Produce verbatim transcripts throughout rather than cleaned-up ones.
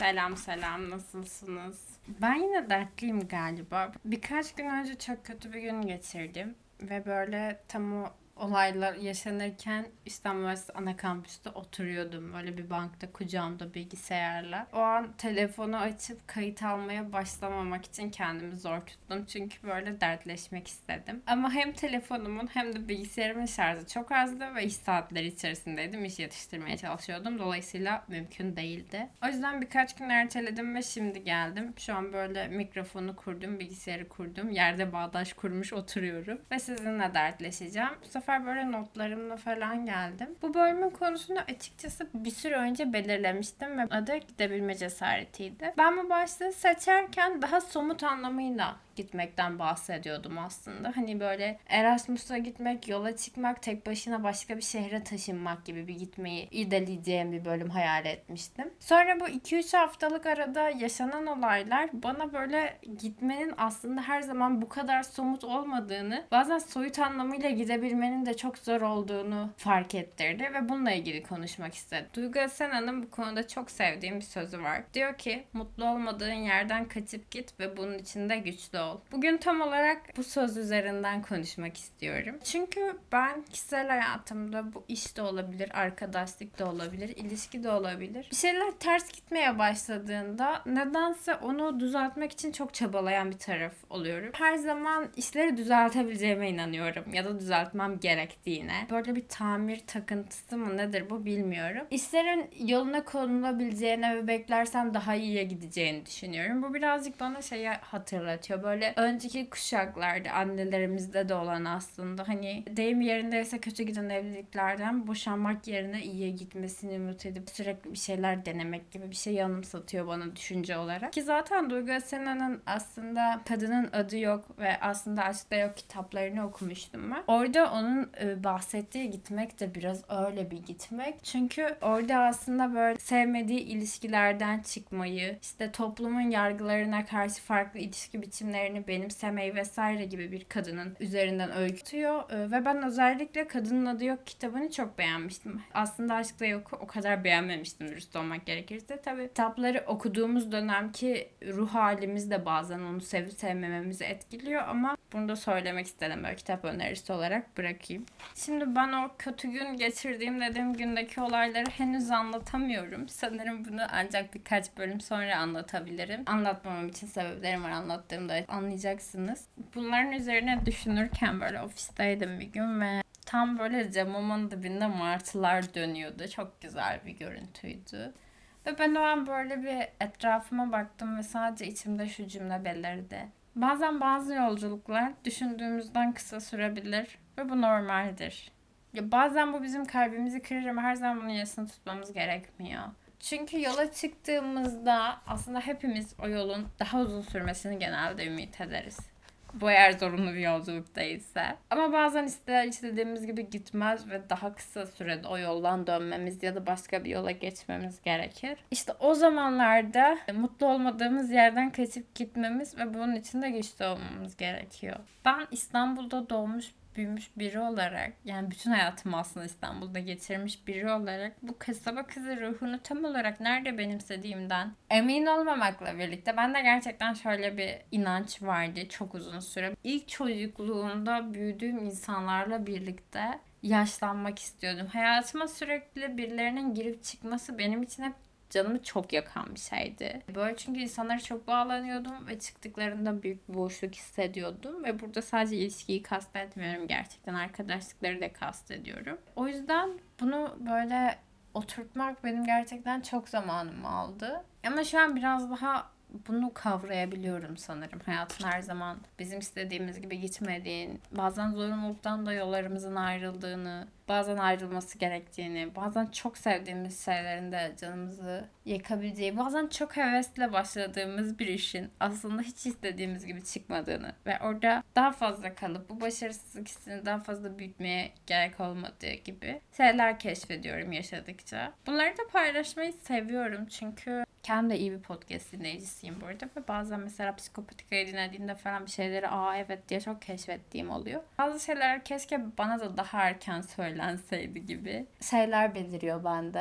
Selam selam, nasılsınız? Ben yine dertliyim galiba. Birkaç gün önce çok kötü bir gün geçirdim. Ve böyle tam o olaylar yaşanırken İstanbul Üniversitesi ana kampüste oturuyordum. Böyle bir bankta kucağımda bilgisayarla. O an telefonu açıp kayıt almaya başlamamak için kendimi zor tuttum. Çünkü böyle dertleşmek istedim. Ama hem telefonumun hem de bilgisayarımın şarjı çok azdı ve iş saatleri içerisindeydim. İş yetiştirmeye çalışıyordum. Dolayısıyla mümkün değildi. O yüzden birkaç gün erteledim ve şimdi geldim. Şu an böyle mikrofonu kurdum, bilgisayarı kurdum. Yerde bağdaş kurmuş oturuyorum. Ve sizinle dertleşeceğim. Bu sefer böyle notlarımla falan geldim. Bu bölümün konusunu açıkçası bir süre önce belirlemiştim ve adı gidebilme cesaretiydi. Ben bu başlığı seçerken daha somut anlamıyla gitmekten bahsediyordum aslında. Hani böyle Erasmus'a gitmek, yola çıkmak, tek başına başka bir şehre taşınmak gibi bir gitmeyi irdeleyeceğim bir bölüm hayal etmiştim. Sonra bu iki üç haftalık arada yaşanan olaylar bana böyle gitmenin aslında her zaman bu kadar somut olmadığını, bazen soyut anlamıyla gidebilmenin de çok zor olduğunu fark ettirdi ve bununla ilgili konuşmak istedim. Duygu Esena'nın bu konuda çok sevdiğim bir sözü var. Diyor ki, mutlu olmadığın yerden kaçıp git ve bunun içinde güçlü ol. Bugün tam olarak bu söz üzerinden konuşmak istiyorum. Çünkü ben kişisel hayatımda bu iş de olabilir, arkadaşlık da olabilir, ilişki de olabilir. Bir şeyler ters gitmeye başladığında nedense onu düzeltmek için çok çabalayan bir taraf oluyorum. Her zaman işleri düzeltebileceğime inanıyorum ya da düzeltmem gerektiğine. Böyle bir tamir takıntısı mı nedir bu bilmiyorum. İşlerin yoluna konulabileceğine ve beklersem daha iyiye gideceğini düşünüyorum. Bu birazcık bana şeyi hatırlatıyor. Böyle önceki kuşaklarda annelerimizde de olan aslında hani deyim yerindeyse kötü giden evliliklerden boşanmak yerine iyiye gitmesini ümit edip sürekli bir şeyler denemek gibi bir şey anımsatıyor bana düşünce olarak. Ki zaten Duygu Esena'nın aslında Kadının Adı Yok ve Aslında Aşkta Yok kitaplarını okumuştum ben. Orada onun e, bahsettiği gitmek de biraz öyle bir gitmek. Çünkü orada aslında böyle sevmediği ilişkilerden çıkmayı, işte toplumun yargılarına karşı farklı ilişki biçimlerini benimsemeyi vesaire gibi bir kadının üzerinden öykütüyor. E, ve ben özellikle Kadının Adı Yok kitabını çok beğenmiştim. Aslında Aşkta Yok'u o kadar beğenmemiştim dürüst olmak gerekirse. Tabii kitapları okuduğumuz dönemki ruh halimiz de bazen onu sevip sevmememizi etkiliyor ama bunu da söylemek istedim, böyle kitap önerisi olarak bırakayım. Şimdi ben o kötü gün geçirdiğim dediğim gündeki olayları henüz anlatamıyorum. Sanırım bunu ancak birkaç bölüm sonra anlatabilirim. Anlatmamam için sebeplerim var, anlattığımda anlayacaksınız. Bunların üzerine düşünürken böyle ofisteydim bir gün ve tam böyle camımın dibinde martılar dönüyordu. Çok güzel bir görüntüydü. Ve ben o an böyle bir etrafıma baktım ve sadece içimde şu cümle belirdi. Bazen bazı yolculuklar düşündüğümüzden kısa sürebilir ve bu normaldir. Ya bazen bu bizim kalbimizi kırır ama her zaman bunun yasını tutmamız gerekmiyor. Çünkü yola çıktığımızda aslında hepimiz o yolun daha uzun sürmesini genelde ümit ederiz. Bu eğer zorunlu bir yolculuk değilse. Ama bazen ister istediğimiz gibi gitmez ve daha kısa sürede o yoldan dönmemiz ya da başka bir yola geçmemiz gerekir. İşte o zamanlarda mutlu olmadığımız yerden kaçıp gitmemiz ve bunun için de güçlü olmamız gerekiyor. Ben İstanbul'da doğmuş büyümüş biri olarak, yani bütün hayatımı aslında İstanbul'da geçirmiş biri olarak bu kasaba kızı ruhunu tam olarak nerede benimsediğimden emin olmamakla birlikte bende gerçekten şöyle bir inanç vardı çok uzun süre. İlk çocukluğumda büyüdüğüm insanlarla birlikte yaşlanmak istiyordum. Hayatıma sürekli birilerinin girip çıkması benim için hep canımı çok yakan bir şeydi. Böyle çünkü insanlara çok bağlanıyordum ve çıktıklarında büyük bir boşluk hissediyordum. Ve burada sadece ilişkiyi kastetmiyorum. Gerçekten arkadaşlıkları da kastediyorum. O yüzden bunu böyle oturtmak benim gerçekten çok zamanımı aldı. Ama şu an biraz daha bunu kavrayabiliyorum sanırım. Hayatın her zaman bizim istediğimiz gibi gitmediğini, bazen zorunluluktan da yollarımızın ayrıldığını, bazen ayrılması gerektiğini, bazen çok sevdiğimiz şeylerin de canımızı yakabileceği, bazen çok hevesle başladığımız bir işin aslında hiç istediğimiz gibi çıkmadığını ve orada daha fazla kalıp bu başarısızlık hissini daha fazla büyütmeye gerek olmadığı gibi şeyler keşfediyorum yaşadıkça. Bunları da paylaşmayı seviyorum çünkü kendim de iyi bir podcast dinleyicisiyim bu arada ve bazen mesela Psikopatika'yı dinlediğimde falan bir şeyleri aa evet diye çok keşfettiğim oluyor. Bazı şeyler keşke bana da daha erken söylenseydi gibi şeyler beliriyor bende.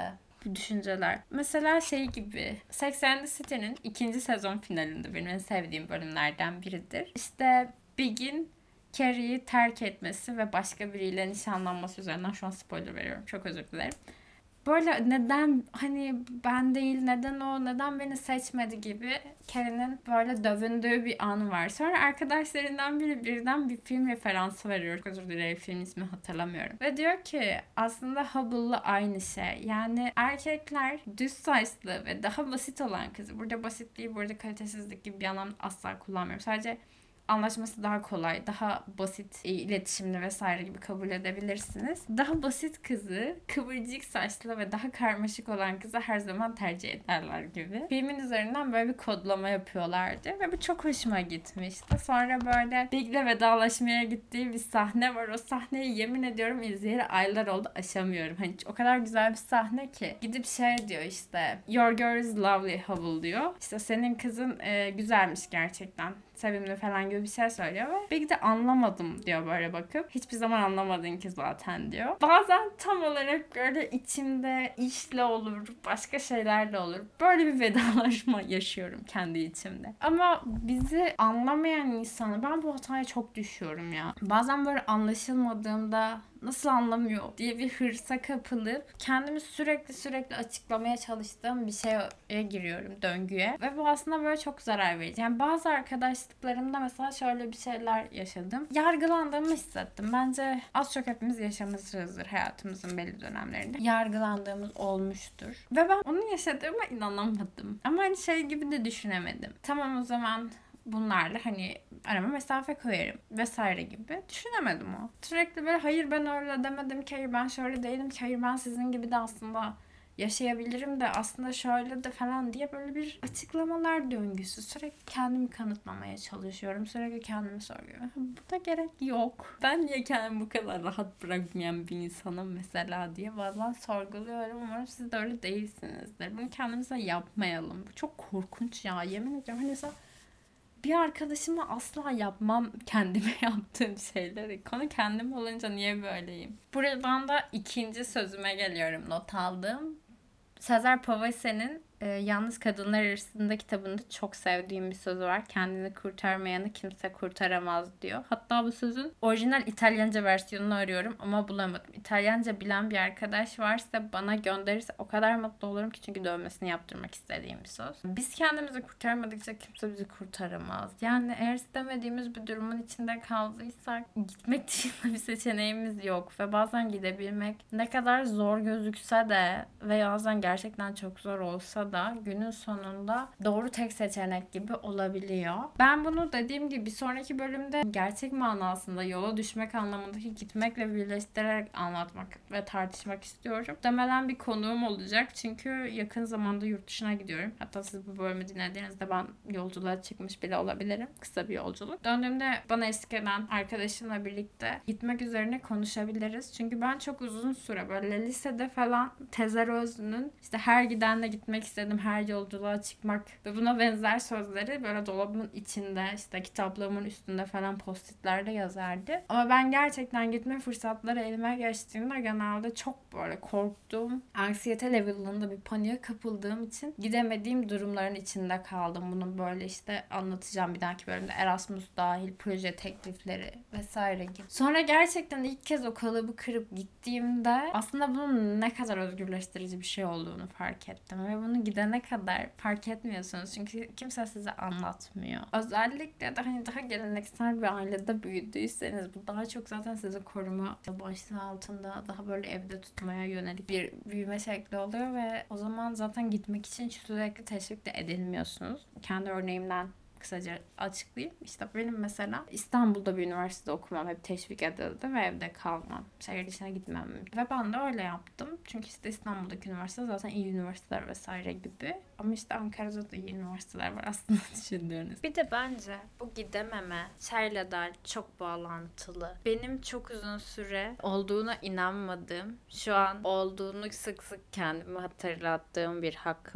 bu düşünceler. Mesela şey gibi, Sex and the City'nin ikinci sezon finalinde benim en sevdiğim bölümlerden biridir. İşte Big'in Carrie'yi terk etmesi ve başka biriyle nişanlanması üzerinden, şu an spoiler veriyorum, çok özür dilerim. Böyle neden hani ben değil, neden o, neden beni seçmedi gibi Carrie'nin böyle dövündüğü bir anı var. Sonra arkadaşlarından biri birden bir film referansı veriyor. Özür dilerim, film ismini hatırlamıyorum. Ve diyor ki aslında Hubble'la aynı şey. Yani erkekler düz saçlı ve daha basit olan kızı, burada basit değil, burada kalitesizlik gibi bir anlam asla kullanmıyorum. Sadece anlaşması daha kolay, daha basit iletişimli vesaire gibi kabul edebilirsiniz. Daha basit kızı, kıvırcık saçlı ve daha karmaşık olan kızı her zaman tercih ederler gibi. Filmin üzerinden böyle bir kodlama yapıyorlardı ve bu çok hoşuma gitmişti. Sonra böyle Big'le vedalaşmaya gittiği bir sahne var. O sahneyi yemin ediyorum izleyeli aylar oldu, aşamıyorum. Hani o kadar güzel bir sahne ki. Gidip şey diyor işte, Your girl is lovely Hubble diyor. İşte senin kızın e, güzelmiş gerçekten, sevimli falan gibi bir şey söylüyor ve Big de anlamadım diyor böyle bakıp. Hiçbir zaman anlamadın ki zaten diyor. Bazen tam olarak böyle içimde işle olur, başka şeylerle olur. Böyle bir vedalaşma yaşıyorum kendi içimde. Ama bizi anlamayan insanı, ben bu hataya çok düşüyorum ya. Bazen böyle anlaşılmadığımda nasıl anlamıyor diye bir hırsa kapılıp kendimi sürekli sürekli açıklamaya çalıştığım bir şeye giriyorum, döngüye. Ve bu aslında böyle çok zarar verici. Yani bazı arkadaşlıklarımda mesela şöyle bir şeyler yaşadım. Yargılandığımı hissettim. Bence az çok hepimiz yaşamışızdır hayatımızın belli dönemlerinde. Yargılandığımız olmuştur. Ve ben onu yaşadığıma inanamadım. Ama hani şey gibi de düşünemedim. Tamam, o zaman bunlarla hani arama mesafe koyarım vesaire gibi düşünemedim o. Sürekli böyle hayır ben öyle demedim ki, hayır ben şöyle değilim ki, hayır ben sizin gibi de aslında yaşayabilirim de aslında şöyle de falan diye böyle bir açıklamalar döngüsü. Sürekli kendimi kanıtlamaya çalışıyorum. Sürekli kendimi soruyorum. Bu da gerek yok. Ben niye kendimi bu kadar rahat bırakmayan bir insanım mesela diye bazen sorguluyorum. Umarım siz de öyle değilsinizdir. Bunu kendimize yapmayalım. Bu çok korkunç ya. Yemin ediyorum. Hani mesela bir arkadaşıma asla yapmam kendime yaptığım şeyleri. Konu kendim olunca niye böyleyim? Buradan da ikinci sözüme geliyorum, not aldığım. Cesare Paves'in e, Yalnız Kadınlar Arasında kitabında çok sevdiğim bir sözü var. Kendini kurtarmayanı kimse kurtaramaz diyor. Hatta bu sözün orijinal İtalyanca versiyonunu arıyorum ama bulamadım. İtalyanca bilen bir arkadaş varsa bana gönderirse o kadar mutlu olurum ki, çünkü dövmesini yaptırmak istediğim bir söz. Biz kendimizi kurtarmadıkça kimse bizi kurtaramaz. Yani eğer istemediğimiz bir durumun içinde kaldıysak gitmek dışında bir seçeneğimiz yok ve bazen gidebilmek ne kadar zor gözükse de ve bazen gerçekten çok zor olsa da günün sonunda doğru tek seçenek gibi olabiliyor. Ben bunu dediğim gibi bir sonraki bölümde gerçek manasında yola düşmek anlamındaki gitmekle birleştirerek anlatmak ve tartışmak istiyorum. Muhtemelen bir konuğum olacak çünkü yakın zamanda yurt dışına gidiyorum. Hatta siz bu bölümü dinlediğinizde ben yolculuğa çıkmış bile olabilirim. Kısa bir yolculuk. Döndüğümde bana eşlik eden arkadaşımla birlikte gitmek üzerine konuşabiliriz. Çünkü ben çok uzun süre böyle lisede falan Tezer Özlü'nün işte her gidenle gitmek istedim, her yolculuğa çıkmak ve buna benzer sözleri böyle dolabımın içinde, işte kitaplığımın üstünde falan post-itlerle yazardı. Ama ben gerçekten gitme fırsatları elime geçtiğinde genelde çok böyle korktuğum, anksiyete level'ında bir paniğe kapıldığım için gidemediğim durumların içinde kaldım. Bunu böyle işte anlatacağım bir dahaki bölümde. Erasmus dahil, proje teklifleri vesaire gibi. Sonra gerçekten ilk kez o kalıbı kırıp gittiğimde aslında bunun ne kadar özgürleştirici bir şey olduğunu fark ettim. Ve bunu gidene kadar fark etmiyorsunuz. Çünkü kimse size anlatmıyor. Özellikle de hani daha geleneksel bir ailede büyüdüyseniz bu daha çok zaten sizi koruma başlığı altında daha böyle evde tutmaya yönelik bir büyüme şekli oluyor ve o zaman zaten gitmek için sürekli teşvik de edilmiyorsunuz. Kendi örneğimden kısaca açıklayayım. İşte benim mesela İstanbul'da bir üniversitede okumam hep teşvik edildi ve evde kalmam. Şehir dışına gitmem. Ve ben de öyle yaptım. Çünkü işte İstanbul'daki üniversite zaten iyi üniversiteler vesaire gibi. Ama işte Ankara'da da iyi üniversiteler var aslında düşündüğünüz. Bir de bence bu gidememe şeyle de çok bağlantılı. Benim çok uzun süre olduğuna inanmadığım, şu an olduğunu sık sık kendime hatırlattığım bir hakkımız.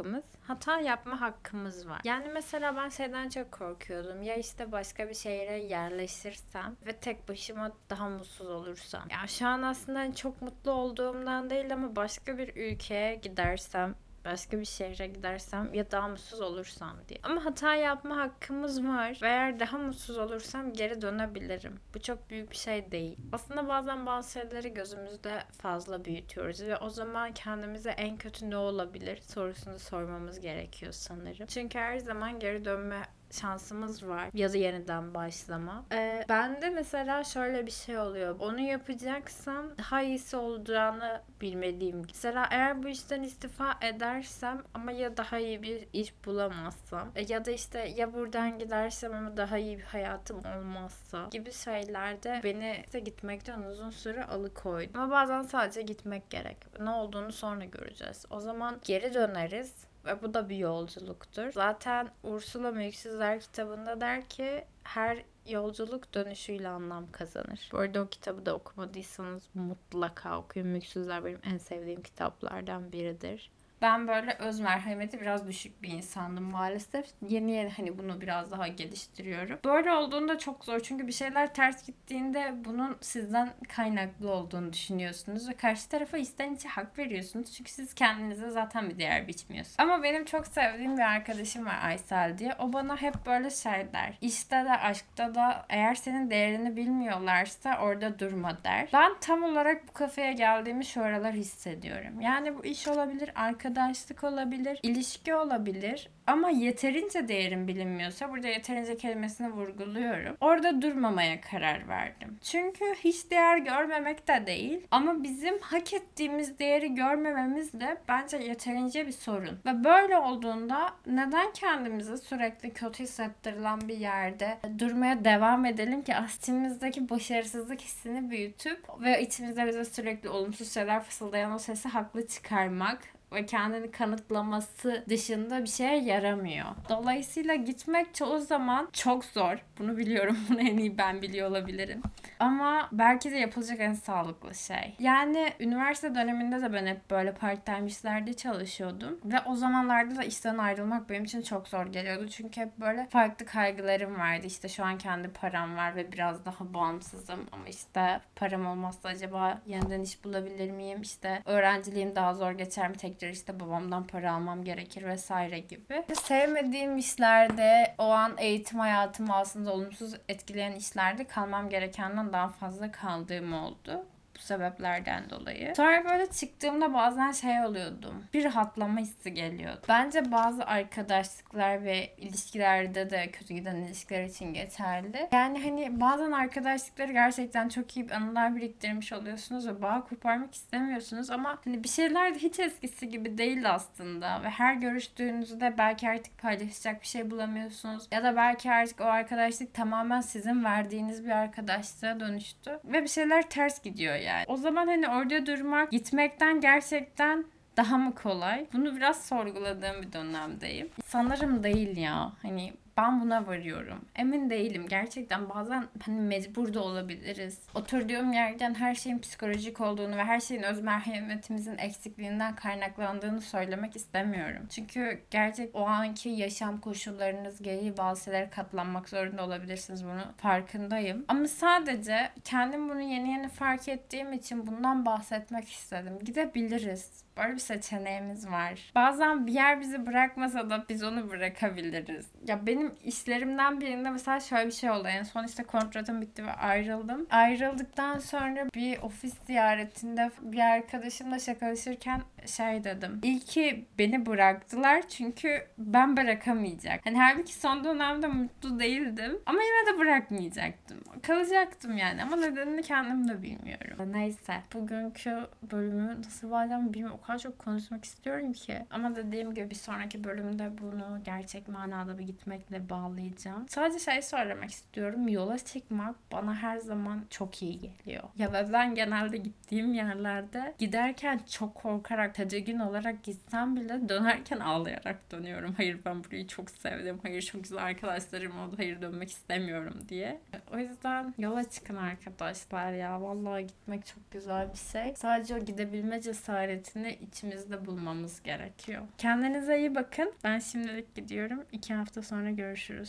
hata yapma hakkımız var. Yani mesela ben şeyden çok korkuyordum. Ya işte başka bir şehre yerleşirsem ve tek başıma daha mutsuz olursam. Ya şu an aslında hani çok mutlu olduğumdan değil ama başka bir ülkeye gidersem, başka bir şehre gidersem ya daha mutsuz olursam diye. Ama hata yapma hakkımız var ve eğer daha mutsuz olursam geri dönebilirim. Bu çok büyük bir şey değil. Aslında bazen bazı şeyleri gözümüzde fazla büyütüyoruz ve o zaman kendimize en kötü ne olabilir sorusunu sormamız gerekiyor sanırım. Çünkü her zaman geri dönme şansımız var. Ya da yeniden başlama. Ee, bende mesela şöyle bir şey oluyor. Onu yapacaksam daha iyisi olacağını bilmeliyim. Mesela eğer bu işten istifa edersem ama ya daha iyi bir iş bulamazsam e, ya da işte ya buradan gidersem ama daha iyi bir hayatım olmazsa gibi şeylerde beni işte gitmekten uzun süre alıkoydu. Ama bazen sadece gitmek gerek. Ne olduğunu sonra göreceğiz. O zaman geri döneriz. Ve bu da bir yolculuktur. Zaten Ursula Mülksüzler kitabında der ki her yolculuk dönüşüyle anlam kazanır. Bu arada o kitabı da okumadıysanız mutlaka okuyun. Mülksüzler benim en sevdiğim kitaplardan biridir. Ben böyle öz merhameti biraz düşük bir insandım maalesef. Yeni yeni hani bunu biraz daha geliştiriyorum. Böyle olduğunda çok zor. Çünkü bir şeyler ters gittiğinde bunun sizden kaynaklı olduğunu düşünüyorsunuz. Ve karşı tarafa içten içe hak veriyorsunuz. Çünkü siz kendinize zaten bir değer biçmiyorsunuz. Ama benim çok sevdiğim bir arkadaşım var Aysel diye. O bana hep böyle şey der. İşte de aşkta da eğer senin değerini bilmiyorlarsa orada durma der. Ben tam olarak bu kafeye geldiğimi şu aralar hissediyorum. Yani bu iş olabilir, arkadaşlık Arkadaşlık olabilir, ilişki olabilir ama yeterince değerim bilinmiyorsa, burada yeterince kelimesini vurguluyorum. Orada durmamaya karar verdim. Çünkü hiç değer görmemek de değil ama bizim hak ettiğimiz değeri görmememiz de bence yeterince bir sorun. Ve böyle olduğunda neden kendimizi sürekli kötü hissettirilen bir yerde durmaya devam edelim ki içimizdeki başarısızlık hissini büyütüp ve içimizde bize sürekli olumsuz şeyler fısıldayan o sesi haklı çıkarmak ve kendini kanıtlaması dışında bir şeye yaramıyor. Dolayısıyla gitmek çoğu zaman çok zor. Bunu biliyorum. Bunu en iyi ben biliyor olabilirim. Ama belki de yapılacak en sağlıklı şey. Yani üniversite döneminde de ben hep böyle part-time işlerde çalışıyordum. Ve o zamanlarda da işten ayrılmak benim için çok zor geliyordu. Çünkü hep böyle farklı kaygılarım vardı. İşte şu an kendi param var ve biraz daha bağımsızım. Ama işte param olmazsa acaba yeniden iş bulabilir miyim? İşte öğrenciliğim daha zor geçer mi? Tekrar işte babamdan para almam gerekir vesaire gibi. Sevmediğim işlerde, o an eğitim hayatımı aslında olumsuz etkileyen işlerde kalmam gerekenden daha fazla kaldığım oldu. Bu sebeplerden dolayı. Sonra böyle çıktığımda bazen şey oluyordum. Bir rahatlama hissi geliyordu. Bence bazı arkadaşlıklar ve ilişkilerde de kötü giden ilişkiler için geçerli. Yani hani bazen arkadaşlıkları gerçekten çok iyi anılar biriktirmiş oluyorsunuz ve bağ koparmak istemiyorsunuz ama hani bir şeyler de hiç eskisi gibi değil aslında ve her görüştüğünüzde belki artık paylaşacak bir şey bulamıyorsunuz ya da belki artık o arkadaşlık tamamen sizin verdiğiniz bir arkadaşlığa dönüştü ve bir şeyler ters gidiyor yani. O zaman hani orada durmak gitmekten gerçekten daha mı kolay? Bunu biraz sorguladığım bir dönemdeyim. Sanırım değil ya. Hani ben buna varıyorum. Emin değilim. Gerçekten bazen hani mecbur da olabiliriz. Oturduğum yerden her şeyin psikolojik olduğunu ve her şeyin öz merhametimizin eksikliğinden kaynaklandığını söylemek istemiyorum. Çünkü gerçek o anki yaşam koşullarınız gereği bazı şeylere katlanmak zorunda olabilirsiniz. Bunu farkındayım. Ama sadece kendim bunu yeni yeni fark ettiğim için bundan bahsetmek istedim. Gidebiliriz. Böyle bir seçeneğimiz var. Bazen bir yer bizi bırakmasa da biz onu bırakabiliriz. Ya benim işlerimden birinde mesela şöyle bir şey oldu. En son işte kontratım bitti ve ayrıldım. Ayrıldıktan sonra bir ofis ziyaretinde bir arkadaşımla şakalaşırken şey dedim. İyi ki beni bıraktılar çünkü ben bırakamayacak. Hani halbuki son dönemde mutlu değildim. Ama yine de bırakmayacaktım. Kalacaktım yani ama nedenini kendim de bilmiyorum. Neyse. Bugünkü bölümü nasıl varacağım bilmiyorum. O kadar çok konuşmak istiyorum ki. Ama dediğim gibi bir sonraki bölümde bunu gerçek manada bir gitmekle de bağlayacağım. Sadece şey söylemek istiyorum. Yola çıkmak bana her zaman çok iyi geliyor. Ya ve ben genelde gittiğim yerlerde giderken çok korkarak, tedirgin olarak gitsem bile dönerken ağlayarak dönüyorum. Hayır ben burayı çok sevdim. Hayır çok güzel arkadaşlarım oldu. Hayır dönmek istemiyorum diye. O yüzden yola çıkın arkadaşlar ya. Vallahi gitmek çok güzel bir şey. Sadece o gidebilme cesaretini içimizde bulmamız gerekiyor. Kendinize iyi bakın. Ben şimdilik gidiyorum. İki hafta sonra görüşürüz.